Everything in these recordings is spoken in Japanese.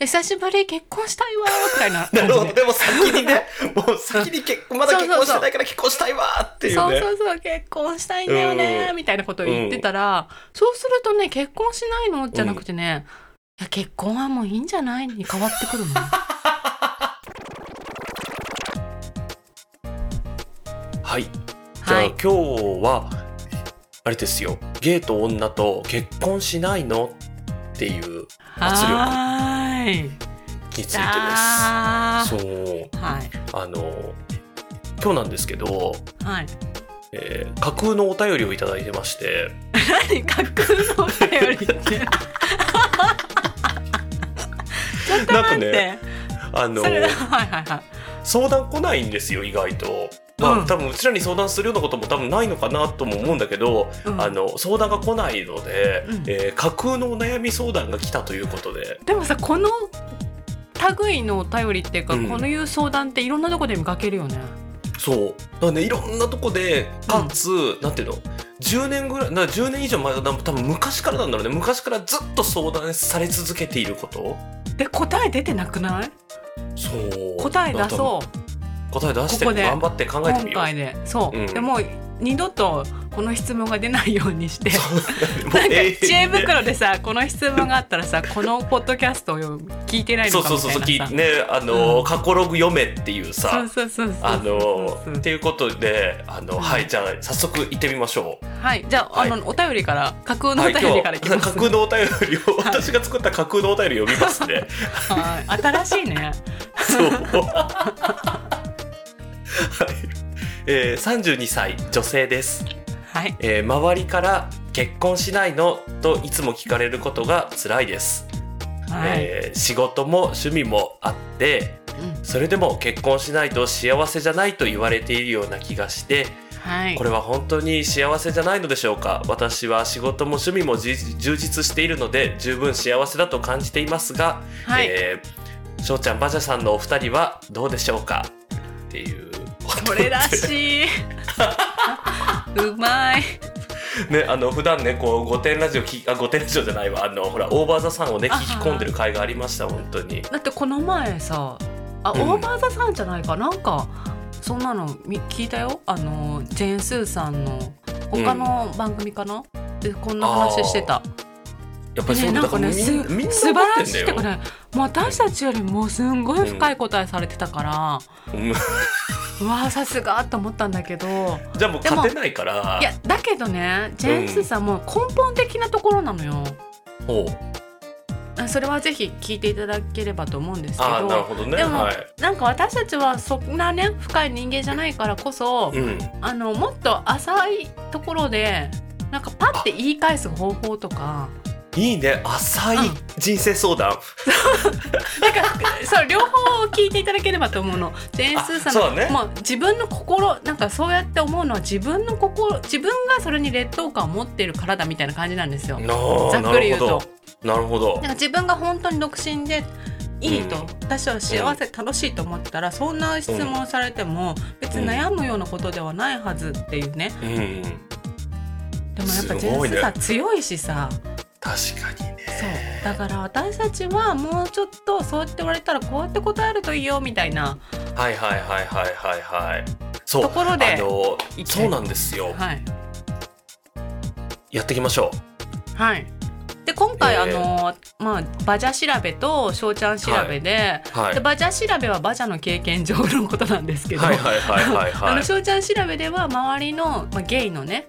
久しぶり結婚したいわみたいななるほど。でも先にね、もう先にまだ結婚してないから結婚したいわっていうね。 そう結婚したいんだよねみたいなことを言ってたら、そうするとね、結婚しないのじゃなくてね、いや結婚はもういいんじゃないに変わってくるの。 はい。じゃあ、今日はあれですよ。ゲイと女と結婚しないのっていう圧力についてです。そう。 はい。 今日なんですけど、 はい。 架空のお便りをいただいてまして。 何架空のお便りって？ちょっと待って。 なんかね、相談来ないんですよ、意外と。多分うちらに相談するようなことも多分ないのかなとも思うんだけど、相談が来ないので、架空のお悩み相談が来たということで。 でもさ、この類のお便りっていうか、このいう相談っていろんなとこで見かけるよね。 そう。だからね、いろんなとこで、かつ、なんていうの、10年ぐらい、10年以上前、多分昔からなんだろうね。昔からずっと相談され続けていること。 で、答え出てなくない？ そう。 答え出そう。 答え出して頑張って考えてみよう。 今回でそう、でも二度とこの質問が出ないようにしてなんか知恵袋でさ、この質問があったらさ、このポッドキャストを聞いてないのかみたいなさ、 そうね、過去ログ読めっていうさ、っていうことではい、じゃあ早速行ってみましょう。 はい、じゃあ、お便りから架空のお便りからいきます。 架空のお便りを私が作った架空のお便りを読みますね。 はい、新しいね。 そう32歳女性です。 はい。 周りから結婚しないのといつも聞かれることが辛いです。はい。仕事も趣味もあって、それでも結婚しないと幸せじゃないと言われているような気がして、はい、これは本当に幸せじゃないのでしょうか。私は仕事も趣味も充実しているので十分幸せだと感じていますが、はい、しょうちゃん、バジャさんのお二人はどうでしょうかっていう。 これらしい。うまい。 ね、普段ね、こう御殿ラジオ御殿ラジオじゃないわ、ほらオーバーザさんをね聞き込んでる回がありました。本当に。だってこの前さ、オーバーザさんじゃないかなんかそんなの聞いたよ。ジェーンスーさんの他の番組かな、でこんな話してた。 やっぱりそうだからね、 素晴らしいってかね、もう私たちよりもすんごい深い答えされてたから、うわさすがと思ったんだけど、 じゃあもう勝てないから。 いやだけどね、ジェーンスーさんも根本的なところなのよ。それはぜひ聞いていただければと思うんですけど。 なるほどね。 でも、なんか私たちはそんなね深い人間じゃないからこそ、もっと浅いところでなんかパッて言い返す方法とか。 いいね、浅い人生相談。 なんかそう、両方聞いていただければと思うの。ジェーンスーさんの、もう自分の心、なんかそうやって思うのは自分の心、自分がそれに劣等感を持っているからだみたいな感じなんですよ。ざっくり言うと。 なるほど。 なんか自分が本当に独身でいいと、私は幸せ、楽しいと思ってたら、そんな質問されても別に悩むようなことではないはずっていうね。でもやっぱジェーンスーさん強いしさ。 確かにね。 そうだから私たちはもうちょっとそうやって言われたらこうやって答えるといいよみたいな。 はいそう、ところでそうなんですよ。 はい、 やっていきましょう。はい。で今回バジャ調べとしょうちゃん調べで、でバジャ調べはバジャの経験上のことなんですけど、しょうちゃん調べでは周りの、ゲイのね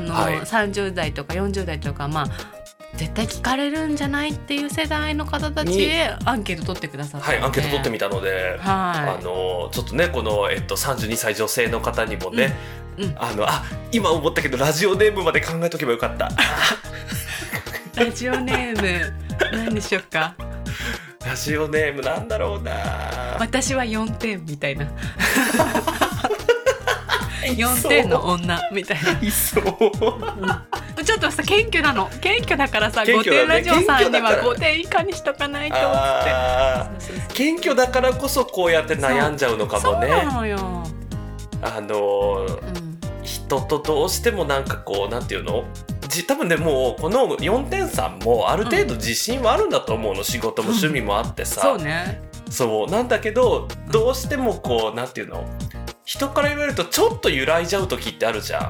30代とか40代とか絶対聞かれるんじゃないっていう世代の方たちへアンケート取ってくださって、 アンケート取ってみたので、ちょっとねこの、32歳女性の方にもね、今思ったけどラジオネームまで考えとけばよかった。 ラジオネーム何にしよっか。 ラジオネームなんだろうな。 私は4点みたいな。4点の女みたいな。 いそう。 ちょっとさ謙虚なの。謙虚だからさ、5点ラジオさんには5点以下にしとかないと思って。 謙虚だからこそこうやって悩んじゃうのかもね。 そうなのよ。 人とどうしてもなんかこうなんていうの、 多分ねもうこの4.3もある程度自信はあるんだと思うの、仕事も趣味もあってさ、 そうね、 そうなんだけどどうしてもこうなんていうの、人から言われるとちょっと揺らいじゃう時ってあるじゃん。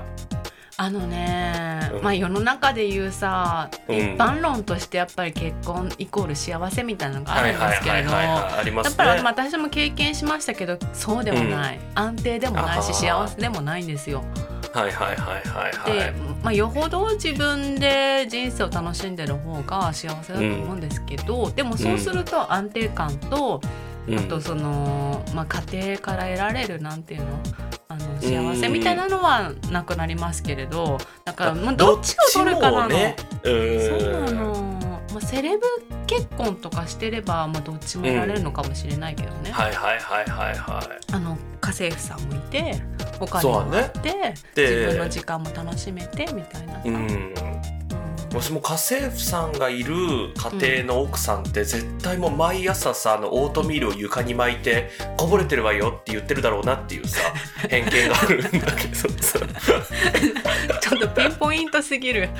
まあ世の中で言うさ、一般論としてやっぱり結婚イコール幸せみたいなのがあるんですけれど、やっぱり私も経験しましたけど、そうでもない、安定でもないし幸せでもないんですよ。で、よほど自分で人生を楽しんでる方が幸せだと思うんですけど、でもそうすると安定感と、あとその、家庭から得られるなんていうの、幸せみたいなのはなくなりますけれど、だからどっちを取るかなの。そうなの。セレブ結婚とかしてれば、どっちも得られるのかもしれないけどね。家政婦さんもいて、お金もあって、自分の時間も楽しめてみたいなさ。 もしも家政婦さんがいる家庭の奥さんって絶対もう毎朝さオートミールを床に巻いてこぼれてるわよって言ってるだろうなっていうさ偏見があるんだけどさちょっとピンポイントすぎる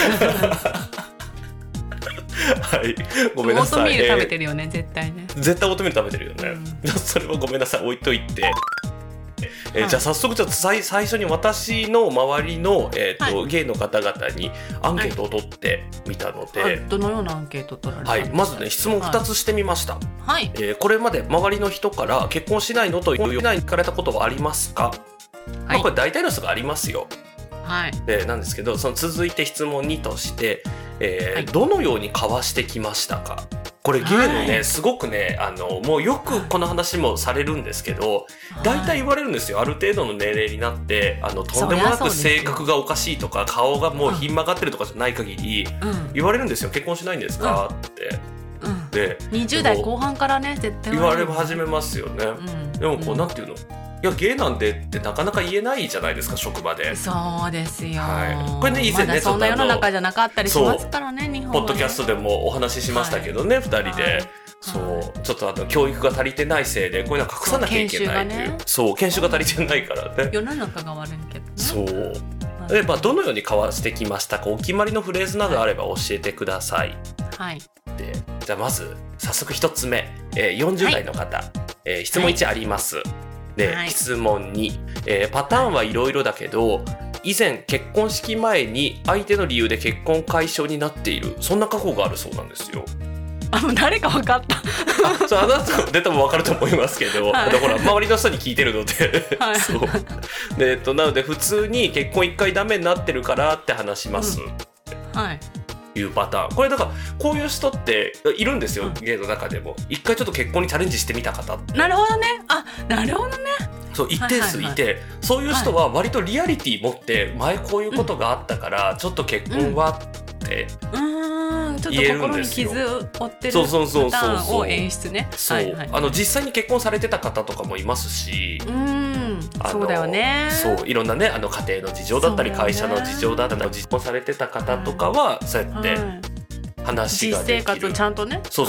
はい、ごめんなさい。 オートミール食べてるよね、絶対ね。 絶対オートミール食べてるよね、それはごめんなさい、置いといて。じゃあ早速ちょっと最初に私の周りの、ゲイの方々にアンケートを取ってみたので、 どのようなアンケートを取られたんですか？ まずね質問2つしてみました、 はいこれまで周りの人から結婚しないのというように聞かれたことはありますか？これ大体の人がありますよ、なんですけど、その続いて質問2として、どのように交わしてきましたか？これゲイのね、すごくねもうよくこの話もされるんですけど、大体言われるんですよ。ある程度の年齢になってとんでもなく性格がおかしいとか顔がもうひん曲がってるとかじゃない限り、言われるんですよ。結婚しないんですか？って。で 20代後半からね絶対言われ始めますよね、でもこうなんていうの、いやゲイなんでってなかなか言えないじゃないですか、職場で。 そうですよ、 これね以前ね、 そんな世の中じゃなかったりしますからね、日本はね。 ポッドキャストでもお話ししましたけどね、2人で、そうちょっと教育が足りてないせいでこういうのは隠さなきゃいけないっていう、研修が足りてないからね、 世の中が悪いけどね。 そうで、どのように交わしてきましたか？お決まりのフレーズなどあれば教えてください。でじゃあまず早速1つ目、40代の方、質問1あります、で、質問2、パターンはいろいろだけど以前結婚式前に相手の理由で結婚解消になっている、そんな過去があるそうなんですよ。 誰か分かったあなた出たも分かると思いますけど、ほら周りの人に聞いてるのでそうで、なので普通に結婚1回ダメになってるからって話します、いうパターン。これだからこういう人っているんですよ、ゲイの中でも。1回ちょっと結婚にチャレンジしてみた方って。 なるほどね。なるほどね。 そう一定数いて、そういう人は割とリアリティ持って前こういうことがあったからちょっと結婚はって言えるんですよ。 ちょっと心に傷を負ってるパターンを演出ね。 実際に結婚されてた方とかもいますし、 そうだよね。 そういろんなね家庭の事情だったり会社の事情だったり結婚されてた方とかはそうやって話ができる。 実生活ちゃんとね。 そう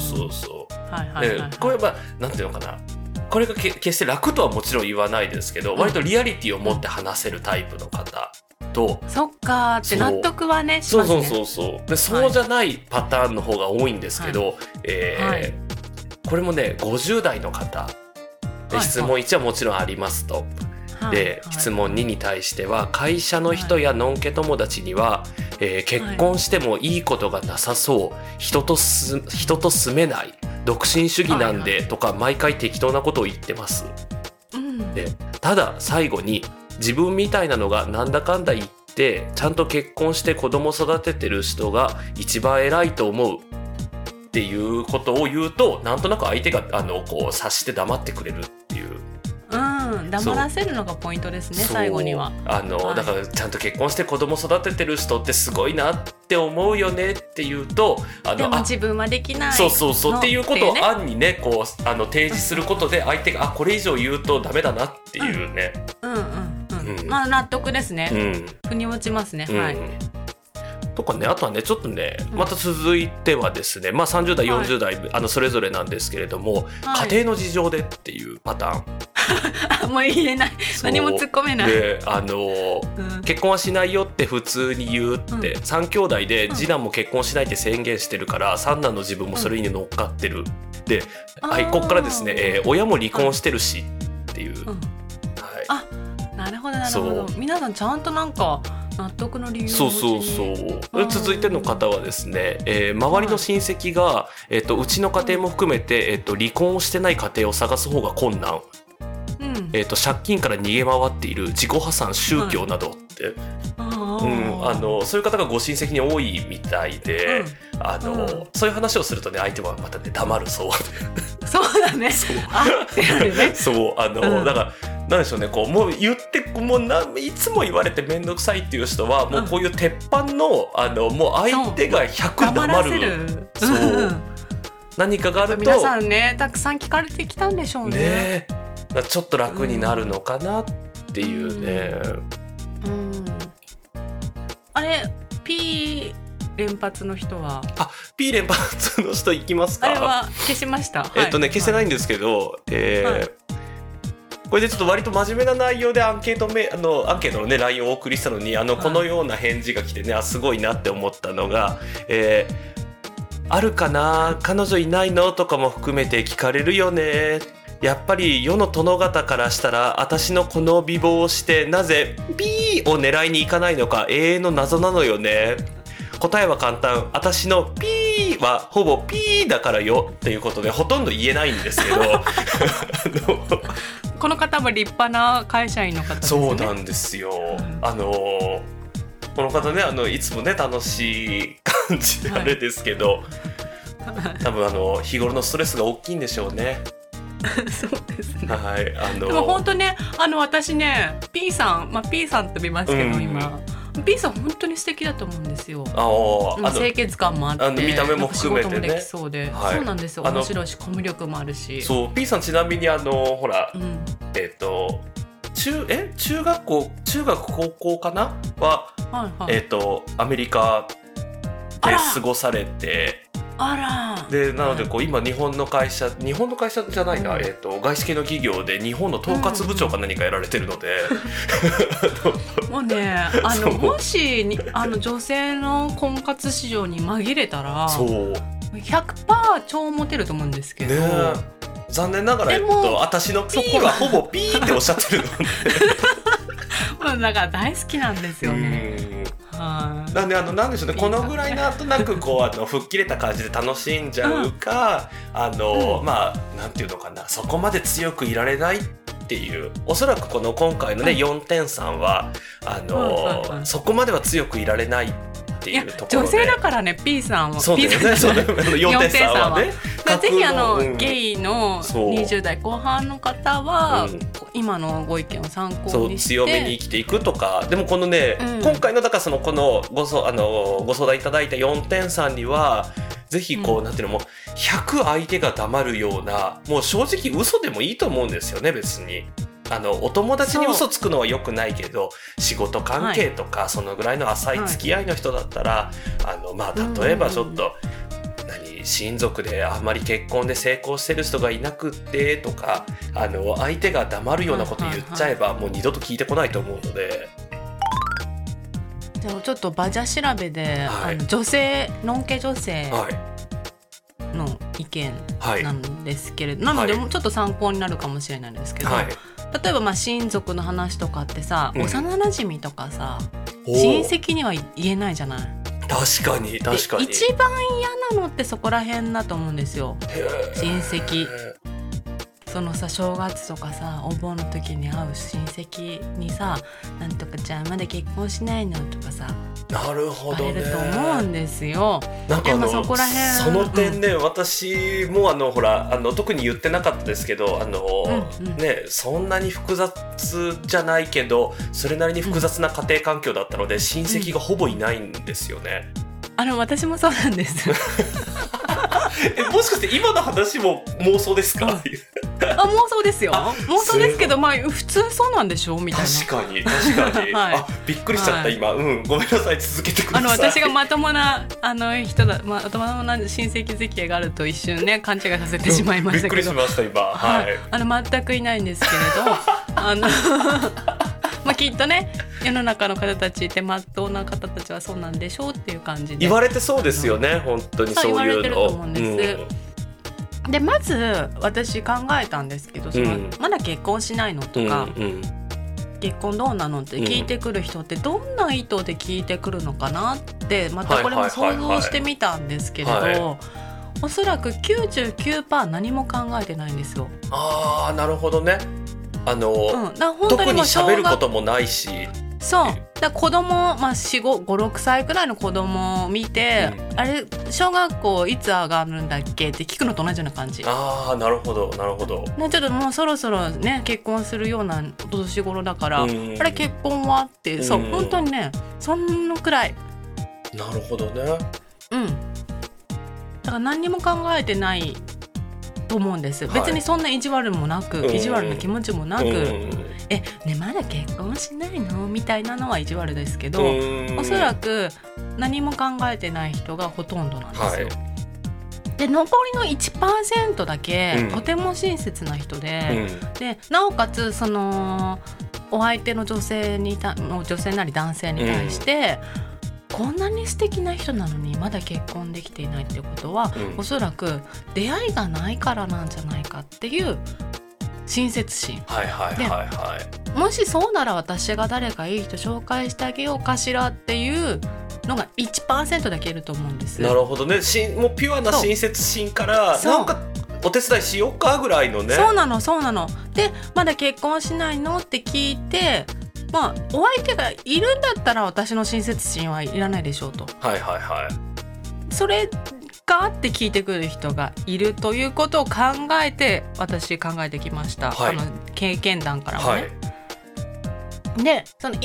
これはなんていうのかな、これが決して楽とはもちろん言わないですけど、割とリアリティを持って話せるタイプの方と、 そっかって納得はねしますね。 でそうじゃないパターンの方が多いんですけど、これもね50代の方で質問1はもちろんありますと。で質問2に対しては会社の人やノンケ友達には、結婚してもいいことがなさそう、人と住めない、独身主義なんでとか毎回適当なことを言ってます、でただ最後に自分みたいなのがなんだかんだ言ってちゃんと結婚して子供育ててる人が一番偉いと思うっていうことを言うと、なんとなく相手がこう察して黙ってくれるっていう。 黙らせるのがポイントですね、最後には。 だからちゃんと結婚して子供育ててる人ってすごいなって思うよねっていうと、 でも自分はできないそうっていうことを案にねこう提示することで相手がこれ以上言うとダメだなっていうね。 納得ですね。腑に落ちますね。 とかね、あとはねちょっとねまた続いてはですね、30代40代それぞれなんですけれども、家庭の事情でっていうパターンもう言えない、何も突っ込めない。 で結婚はしないよって普通に言うって、3兄弟で次男も結婚しないって宣言してるから、三男の自分もそれに乗っかってる。で、はい、ここからですね、親も離婚してるしっていう、はい、 あ、なるほどなるほど。皆さんちゃんとなんか納得の理由をそう続いての方はですね、周りの親戚が、うちの家庭も含めて、離婚をしてない家庭を探す方が困難、借金から逃げ回っている、自己破産、宗教などって、そういう方がご親戚に多いみたいで、そういう話をするとね、相手はまたね黙るそうでそうだね、あってなるね。 そうだからなんでしょうね、こうもう言ってもういつも言われて面倒くさいっていう人は、もうこういう鉄板のもう相手が100黙る、そう何かがあると皆さんねたくさん聞かれてきたんでしょう ね。 ちょっと楽になるのかなっていうね。 あれ P 連発の人は P 連発の人いきますか。 あれは消しました。 消せないんですけど、これでちょっと割と真面目な内容でアンケートのね LINE をお送りしたのにこのような返事が来てね、すごいなって思ったのが、あるかな、彼女いないのとかも含めて聞かれるよね。やっぱり世の殿方からしたら私のこの美貌をしてなぜ P を狙いに行かないのか永遠の謎なのよね。答えは簡単、私の P はほぼ P だからよっていうことでほとんど言えないんですけどこの方も立派な会社員の方ですね。 そうなんですよ、この方ねいつもね楽しい感じであれですけど、多分日頃のストレスが大きいんでしょうね。 そうですね、 はい、 でも本当ね私ね P さん、P さんって呼びますけど、今 P さん本当に素敵だと思うんですよ。清潔感もあって見た目も含めてね、 仕事もできそうで、そうなんですよ。面白いしコミュ力もあるし。 そう P さんちなみにほら、中学高校かなは、アメリカで過ごされて、でなので今日本の会社じゃないな、外資系の企業で日本の統括部長か何かやられてるので、 もうねもし女性の婚活市場に紛れたら 100% 超モテると思うんですけど、 残念ながら私の P はほぼ P っておっしゃってるのでだから大好きなんですよね。 なんでなんでしょうね、このぐらいなんとなく吹っ切れた感じで楽しんじゃうか、なんていうのかな、そこまで強くいられないっていう、おそらく今回のね、4点さんはそこまでは強くいられないっていうところで、 女性だからね P さんは。 そうだよね、4点さんはね。 ぜひゲイの20代後半の方は、今のご意見を参考にして強めに生きていくとか。でもこのね、今回のだからこのご相談いただいた4点さんにはぜひなんていうのも100相手が黙るような、もう正直嘘でもいいと思うんですよね。別にお友達に嘘つくのは良くないけど、仕事関係とかそのぐらいの浅い付き合いの人だったら、例えばちょっと親族であんまり結婚で成功してる人がいなくってとか、相手が黙るようなこと言っちゃえばもう二度と聞いてこないと思うので。 じゃあちょっとバジャ調べで、女性のんけ女性の意見なんですけれど、なのでちょっと参考になるかもしれないんですけど、例えば親族の話とかってさ、幼なじみとかさ、親戚には言えないじゃない。 確かに一番嫌なのってそこら辺だと思うんですよ。親戚正月とかさ、お盆の時に会う親戚にさ、なんとかちゃんまだ結婚しないのとかさ、 なるほどね、 言われると思うんですよ。 なんかそこら辺その点ね、私もほら特に言ってなかったですけどね、そんなに複雑じゃないけどそれなりに複雑な家庭環境だったので、親戚がほぼいないんですよね。 私もそうなんですもしかして今の話も妄想ですか？ 妄想ですよ。妄想ですけど、まあ普通そうなんでしょみたいな。 確かに、はい、あ、びっくりしちゃった、今。ごめんなさい、続けてください。 私がまともな人だ、まともな親戚付き合いがあると一瞬ね勘違いさせてしまいましたけど、 びっくりしました今。はい。 全くいないんですけれど、まあきっとね世の中の方たちってまっとうな方たちはそうなんでしょうっていう感じで言われてそうですよね。本当にそういうの言われてると思うんです。でまず私考えたんですけど、まだ結婚しないのとか、結婚どうなのって聞いてくる人ってどんな意図で聞いてくるのかなってまたこれも想像してみたんですけれど、おそらく 99% 何も考えてないんですよ。 あー、なるほどね。特に喋ることもないし、 そうだ子供、4、5、6歳くらいの子供を見て、あれ小学校いつ上がるんだっけって聞くのと同じような感じ。 ああ、なるほどなるほど。 ちょっともうそろそろね結婚するような年頃だから、あれ結婚はって、そう本当にねそのくらい。 なるほどね。 だから何にも考えてないと思うんです、別にそんな意地悪もなく、意地悪な気持ちもなく、ねまだ結婚しないのみたいなのは意地悪ですけど、おそらく何も考えてない人がほとんどなんですよ。で残りの 1% だけ、とても親切な人で、でなおかつそのお相手の女性なり男性に対して、こんなに素敵な人なのにまだ結婚できていないってことは、おそらく出会いがないからなんじゃないかっていう親切心。もしそうなら私が誰かいい人紹介してあげようかしらっていうのが 1% だけいると思うんです。 なるほどね。もうピュアな親切心からなんかお手伝いしようかぐらいのね。 そうなの。でまだ結婚しないのって聞いて、お相手がいるんだったら私の親切心はいらないでしょうと。それがって聞いてくる人がいるということを考えて私考えてきました、経験談からもね、でその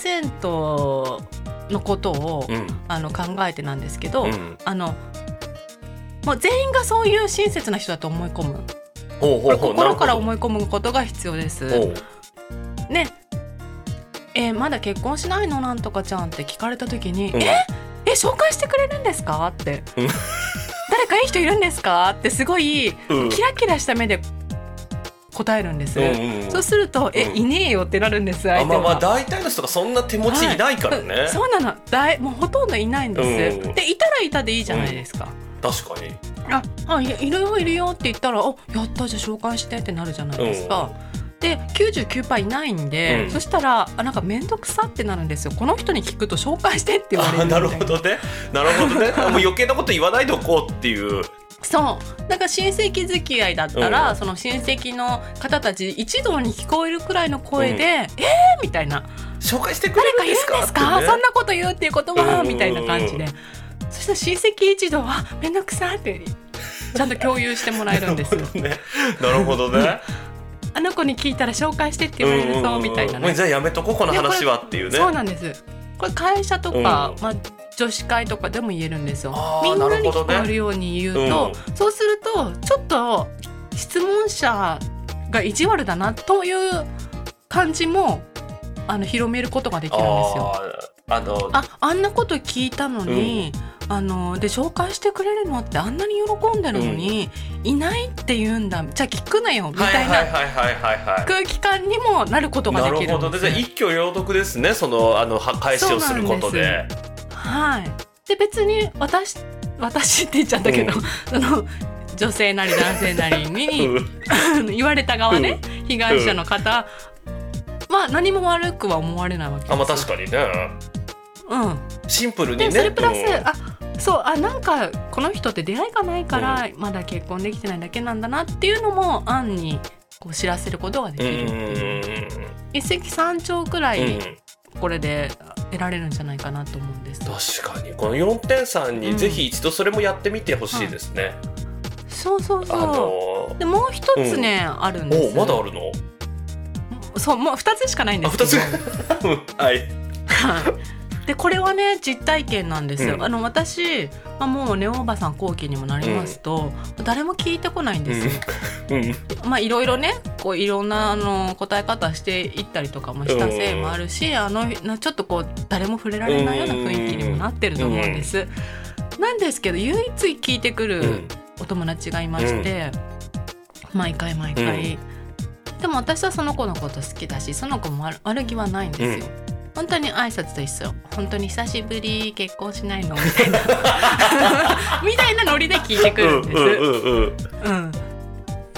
1% のことを、考えてなんですけど、もう全員がそういう親切な人だと思い込む。心から思い込むことが必要です。ね、まだ結婚しないのなんとかちゃんって聞かれた時に、紹介してくれるんですかって誰かいい人いるんですかってすごいキラキラした目で答えるんです、そうするといねえよってなるんです。相手は大体の人がそんな手持ちいないからね、 そうなの。もうほとんどいないんです、でいたらいたでいいじゃないですか、 確かに。 いるよって言ったらやったじゃあ紹介してってなるじゃないですか、で 99% いないんで、そしたらなんか面倒くさってなるんですよ。この人に聞くと紹介してって言われるみたいな。 なるほどねもう余計なこと言わないでおこうっていう。 そうだから親戚付き合いだったら、その親戚の方たち一同に聞こえるくらいの声で、みたいな、 紹介してくれるんですか、 誰かいるんですか、そんなこと言うっていうことは、みたいな感じで、そしたら親戚一同は面倒くさってちゃんと共有してもらえるんですよ。 なるほどねあの子に聞いたら紹介してって言われるぞみたいなね。 じゃあやめとこうこの話はっていうね。 そうなんです。これ会社とか、女子会とかでも言えるんですよ。みんなに聞こえるように言うと、そうするとちょっと質問者が意地悪だなという感じも広めることができるんですよ。あんなこと聞いたのに、で紹介してくれるのってあんなに喜んでるのに、いないって言うんだ、じゃあ聞くなよみたいな空気感にもなることができるんです。 なるほど。じゃあ一挙両得ですね、その返しをすることで。 で別に私って言っちゃったけど、その女性なり男性なりに言われた側ね、被害者の方何も悪くは思われないわけですよ。 確かにね。シンプルにね。 でそれプラスなんかこの人って出会いがないから、まだ結婚できてないだけなんだなっていうのも暗にこう知らせることができるっていう、一石三鳥くらいこれで得られるんじゃないかなと思うんです。 確かにこの4点さんにぜひ一度それもやってみてほしいですね。 そうでもう一つね、あるんです。 まだあるの？ そう、もう2つしかないんですけど。 2つはいでこれはね実体験なんですよ、私、もうネオおばさん後期にもなりますと、誰も聞いてこないんですよ、いろいろねこういろんな答え方していったりとかもしたせいもあるし、ちょっとこう誰も触れられないような雰囲気にもなってると思うんです、なんですけど唯一聞いてくるお友達がいまして、毎回、でも私はその子のこと好きだし、その子も悪気はないんですよ、本当に挨拶と一緒、本当に久しぶり、結婚しないのみたいなみたいなノリで聞いてくるんです、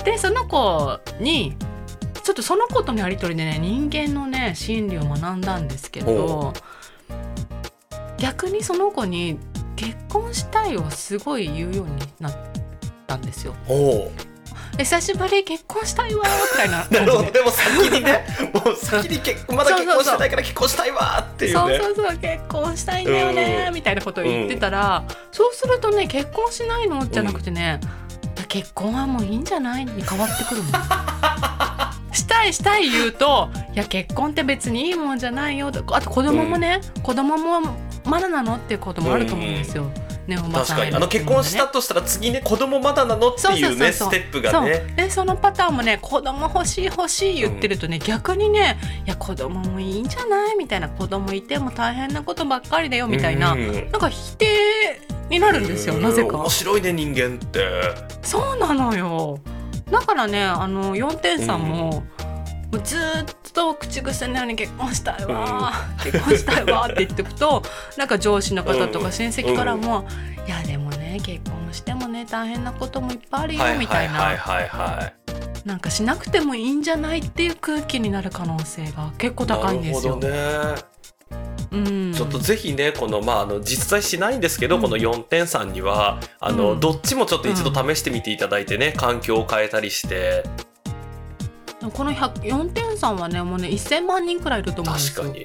でその子にちょっとその子とのやり取りでね、人間のね心理を学んだんですけど、逆にその子に結婚したいをすごい言うようになったんですよ。久しぶり結婚したいわみたいななるほど。でも先にねもう先にまだ結婚してないから結婚したいわっていうね、 そう結婚したいんだよねみたいなことを言ってたら、そうするとね結婚しないのじゃなくてね、結婚はもういいんじゃないに変わってくるのしたい言うと、いや結婚って別にいいもんじゃないよと、あと子供もね、子供もまだなのっていうこともあると思うんですよ、 確かに結婚したとしたら次ね子供まだなのっていうねステップがね、 でそのパターンもね、子供欲しい言ってるとね、逆にね、いや子供もいいんじゃないみたいな、子供いても大変なことばっかりだよみたいな、なんか否定になるんですよ、なぜか。 面白いね人間って。 そうなのよ。だからね4点さんも、もうずっと口癖のように結婚したいわ、結婚したいわって言っておくと、なんか上司の方とか親戚からも、いやでもね結婚してもね大変なこともいっぱいあるよみたいな、なんかしなくてもいいんじゃないっていう空気になる可能性が結構高いんですよ。 なるほどね。ちょっとぜひねこの、実際しないんですけど、この4点さんにはどっちもちょっと一度試してみていただいてね、環境を変えたりして。 この4点さんはねもうね1000万人くらいいると思うんですよ。 確かに。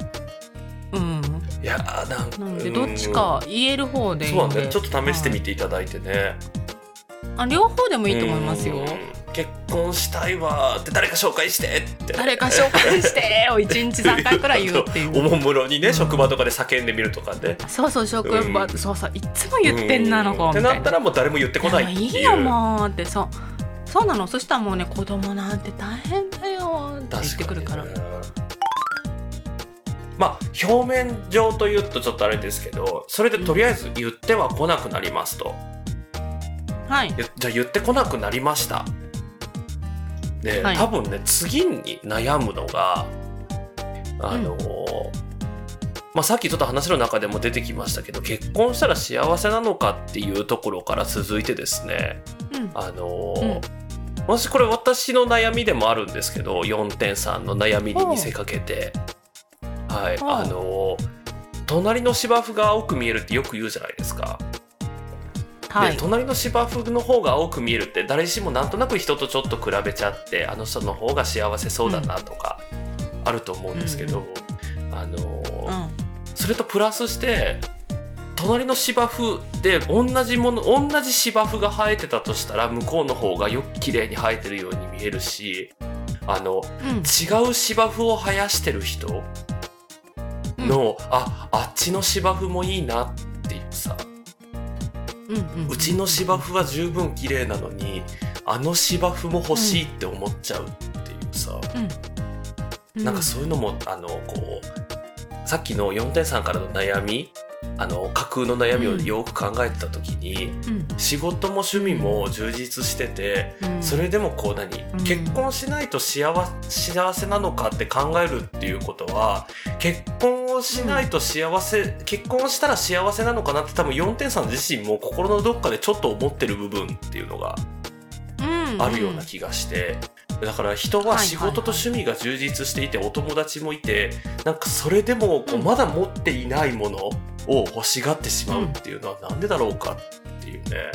いやなんでどっちか言える方でいいんで、 そうなんでちょっと試してみていただいてね、 両方でもいいと思いますよ。 結婚したいわって誰か紹介してって誰か紹介してを1日3回くらい言うっていうおもむろにね、職場とかで叫んでみるとかね、 そう職場、そういつも言ってんなの子みたいなってなったらもう誰も言ってこないっていう。 いいよもうってそうなの。そしたらもうね子供なんて大変だよって言ってくるから。 表面上と言うとちょっとあれですけど、それでとりあえず言っては来なくなりますと、じゃあ言ってこなくなりましたで、多分ね次に悩むのがさっきちょっと話の中でも出てきましたけど、結婚したら幸せなのかっていうところから続いてですね、もしこれ私の悩みでもあるんですけど、4点さんの悩みに見せかけて、隣の芝生が青く見えるってよく言うじゃないですか。で隣の芝生の方が青く見えるって誰しもなんとなく人とちょっと比べちゃって、あの人の方が幸せそうだなとかあると思うんですけど、それとプラスして隣の芝生で同じ芝生が生えてたとしたら、向こうの方がよく綺麗に生えてるように見えるし、違う芝生を生やしてる人の、あっちの芝生もいいなっていうさ、うちの芝生は十分綺麗なのにあの芝生も欲しいって思っちゃうっていうさ、なんかそういうのもさっきの4点さんからの悩み、架空の悩みをよく考えてた時に、仕事も趣味も充実してて、それでも結婚しないと幸せなのかって考えるっていうことは、結婚をしないと結婚したら幸せなのかなって多分4点さん自身も心のどっかでちょっと思ってる部分っていうのがあるような気がして、だから人は仕事と趣味が充実していて、お友達もいて、なんかそれでもまだ持っていないものを欲しがってしまうっていうのはなんでだろうかっていうね。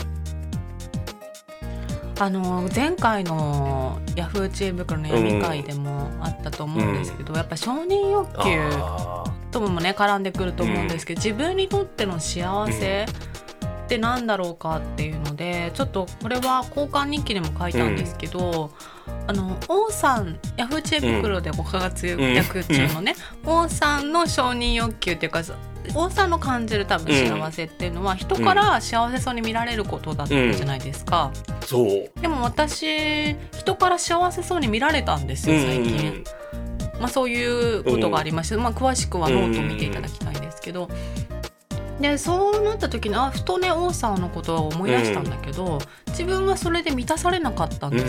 前回のヤフー知恵袋の闇会でもあったと思うんですけど、やっぱ承認欲求ともね絡んでくると思うんですけど、自分にとっての幸せってなんだろうかっていうので、ちょっとこれは交換日記でも書いたんですけど、王さん、ヤフー知恵袋でご活躍中のね、王さんの承認欲求っていうか、王さんの感じる多分幸せっていうのは、人から幸せそうに見られることだったじゃないですか。 そうでも私、人から幸せそうに見られたんですよ最近。そういうことがありまして、詳しくはノートを見ていただきたいんですけど、でそうなった時にふとね王さんのことを思い出したんだけど、自分はそれで満たされなかったんです。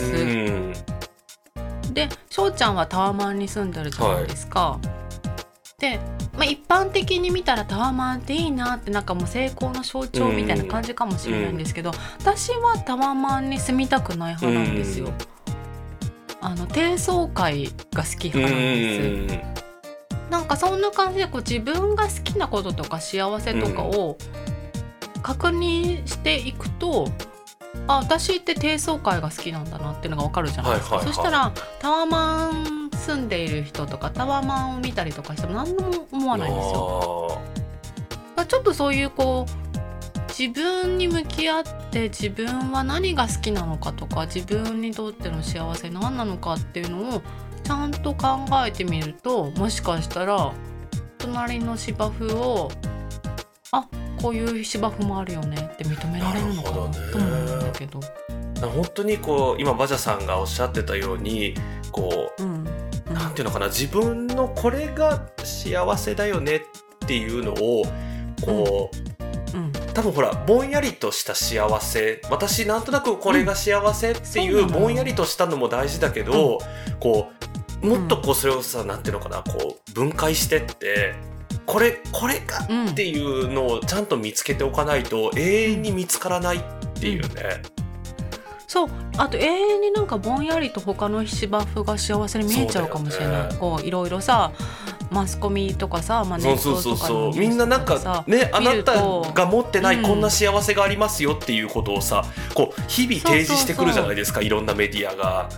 で翔ちゃんはタワマンに住んでるじゃないですか。で、一般的に見たらタワマンっていいなって、なんかもう成功の象徴みたいな感じかもしれないんですけど、私はタワマンに住みたくない派なんですよ。低層階が好き派なんです。なんかそんな感じで自分が好きなこととか幸せとかを確認していくと、私って低層階が好きなんだなっていうのが分かるじゃないですか。そしたらタワマン住んでいる人とかタワマンを見たりとかしても何も思わないんですよ。ちょっとそういう自分に向き合って自分は何が好きなのかとか、自分にとっての幸せ何なのかっていうのをちゃんと考えてみると、もしかしたら隣の芝生をこういう芝生もあるよねって認められるのかなと思うんだけど、 本当に今バジャさんがおっしゃってたようになんていうのかな、自分のこれが幸せだよねっていうのを多分ほらぼんやりとした幸せ、私なんとなくこれが幸せっていうぼんやりとしたのも大事だけど、もっとそれをさ、なんていうのかな、分解してってこれがっていうのをちゃんと見つけておかないと永遠に見つからないっていうね。 そう、あと永遠になんかぼんやりと他の芝生が幸せに見えちゃうかもしれない。いろいろさマスコミとかさ、ネットとかのみんななんかね、あなたが持ってないこんな幸せがありますよっていうことをさ、日々提示してくるじゃないですか、いろんなメディアが。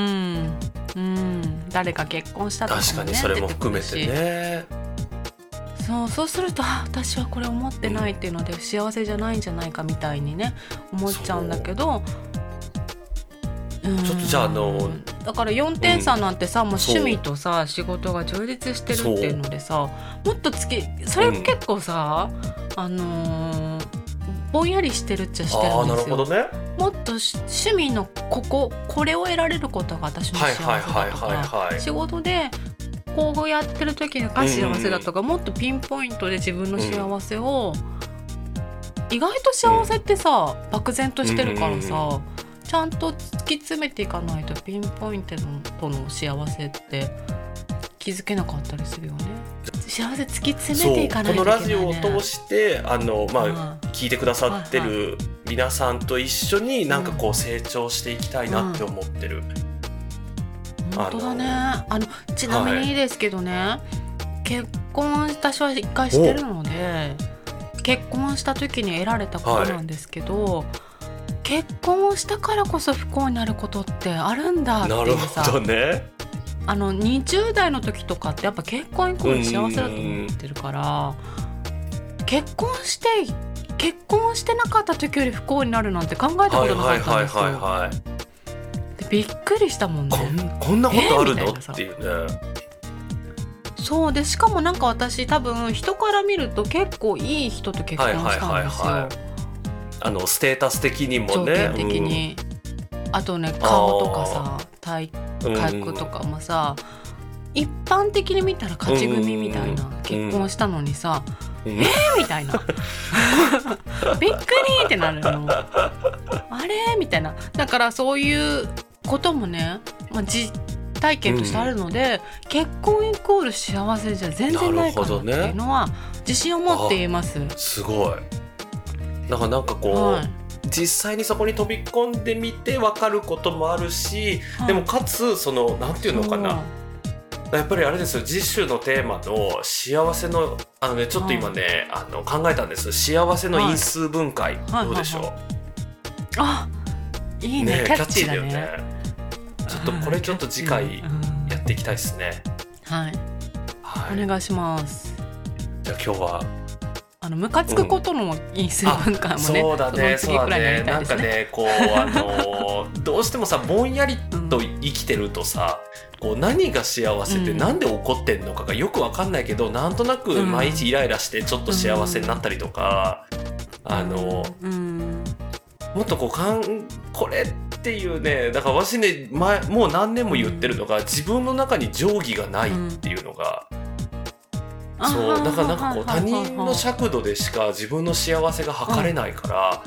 誰か結婚したとかもね、 確かにそれも含めてね。 そうすると私はこれ思ってないっていうので幸せじゃないんじゃないかみたいにね思っちゃうんだけど、 ちょっとじゃあだから4点さんなんてさ、もう趣味とさ仕事が充実してるっていうのでさ、もっとそれ結構さ、ぼんやりしてるっちゃしてるんですよ。 なるほどね。 もっと趣味のこれを得られることが私の幸せだとか、仕事でこうやってる時が幸せだとか、もっとピンポイントで自分の幸せを、意外と幸せってさ漠然としてるからさ、ちゃんと突き詰めていかないとピンポイントの幸せって気づけなかったりするよね。幸せ突き詰めていかないといけないね。 このラジオを通して聞いてくださってる皆さんと一緒になんか成長していきたいなって思ってる。 本当だね。ちなみにいいですけどね、結婚私は1回してるので、結婚した時に得られたことなんですけど、結婚をしたからこそ不幸になることってあるんだっていうさ。 なるほどね。 20代の時とかってやっぱ結婚イコール幸せだと思ってるから、結婚してなかった時より不幸になるなんて考えたことなかったんですよ。でびっくりしたもんね。 こんなことあるのっていうね。 そうで、しかもなんか私多分人から見ると結構いい人と結婚したんですよ。 ステータス的にもね、 条件的に、あとね顔とかさ体格とかもさ、一般的に見たら勝ち組みたいな結婚したのにさ、みたいなびっくりってなるの。あれみたいな。だからそういうこともね、実体験としてあるので、結婚イコール幸せじゃ全然ないかなっていうのは自信を持って言えます。 すごい。なんか実際にそこに飛び込んでみて分かることもあるし、でもかつなんていうのかな、やっぱりあれですよ、次週のテーマの幸せのちょっと今ね、考えたんです。幸せの因数分解、どうでしょう。いいね、キャッチーだよね。 ちょっとこれちょっと次回やっていきたいですね。 お願いします。 じゃあ今日はムカつくことの因数分解もね、 そうだね、 その次くらいにやりたいですね。 なんかね、こうどうしてもさ、ぼんやりと生きてるとさ、こう何が幸せでなんで起こってんのかがよく分かんないけど、なんとなく毎日イライラしてちょっと幸せになったりとか、もっとこれっていうね、だから私ね、もう何年も言ってるのが、自分の中に定規がないっていうのが、そうだからなんかこう他人の尺度でしか自分の幸せが測れないから、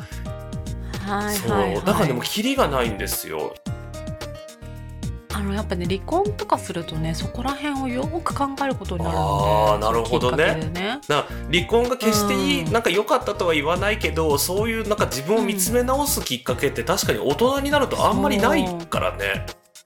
そうだからでもキリがないんですよ。 やっぱね、離婚とかするとね、そこら辺をよく考えることになるので。 なるほどね。だから離婚が決していい、なんか良かったとは言わないけど、そういうなんか自分を見つめ直すきっかけって確かに大人になるとあんまりないからね。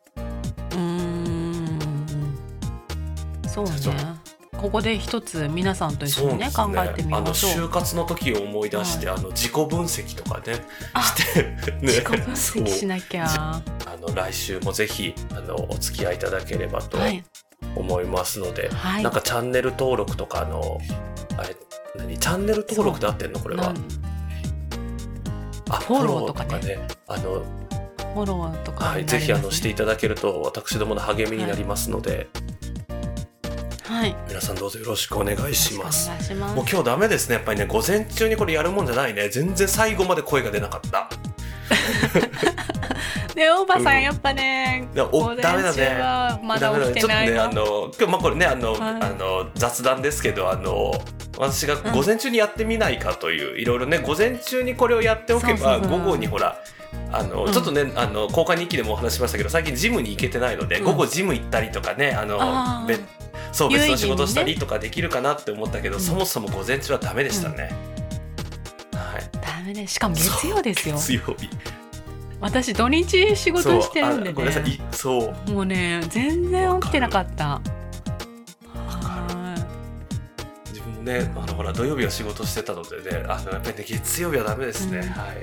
そうね。ここで一つ皆さんと一緒にね、考えてみましょう。 就活の時を思い出して、自己分析とかねしてね、 自己分析しなきゃ。 来週もぜひお付き合いいただければと思いますので、なんかチャンネル登録とかあれチャンネル登録で合ってんのこれは。 フォローとかね。 フォローとか、ぜひしていただけると私どもの励みになりますので。皆さんどうぞよろしくお願いします。もう今日ダメですね、やっぱりね、午前中にこれやるもんじゃないね。全然最後まで声が出なかったね、おばさんやっぱね、午前中はまだ起きてないの。 ちょっとね、今日これね、雑談ですけど、私が午前中にやってみないかという、いろいろね、午前中にこれをやっておけば、午後にほらちょっとね、交換日記でもお話しましたけど、最近ジムに行けてないので、午後ジム行ったりとかね、別の仕事したりとかできるかなって思ったけど、そもそも午前中はダメでしたね。 ダメで、しかも月曜ですよ。 月曜日。 私土日仕事してるんでね。 ごめんなさい。そう。 もうね、全然起きてなかった。 自分もね、ほら土曜日は仕事してたのでね、やっぱりね、月曜日はダメですね。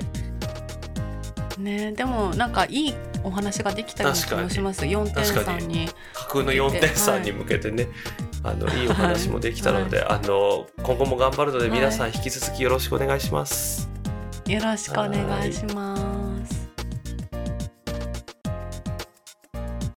ね、でもなんかいいお話ができたような気もします。4点さんに架空の4点さんに向けてね、いいお話もできたので、今後も頑張るので、皆さん引き続きよろしくお願いします。 よろしくお願いします。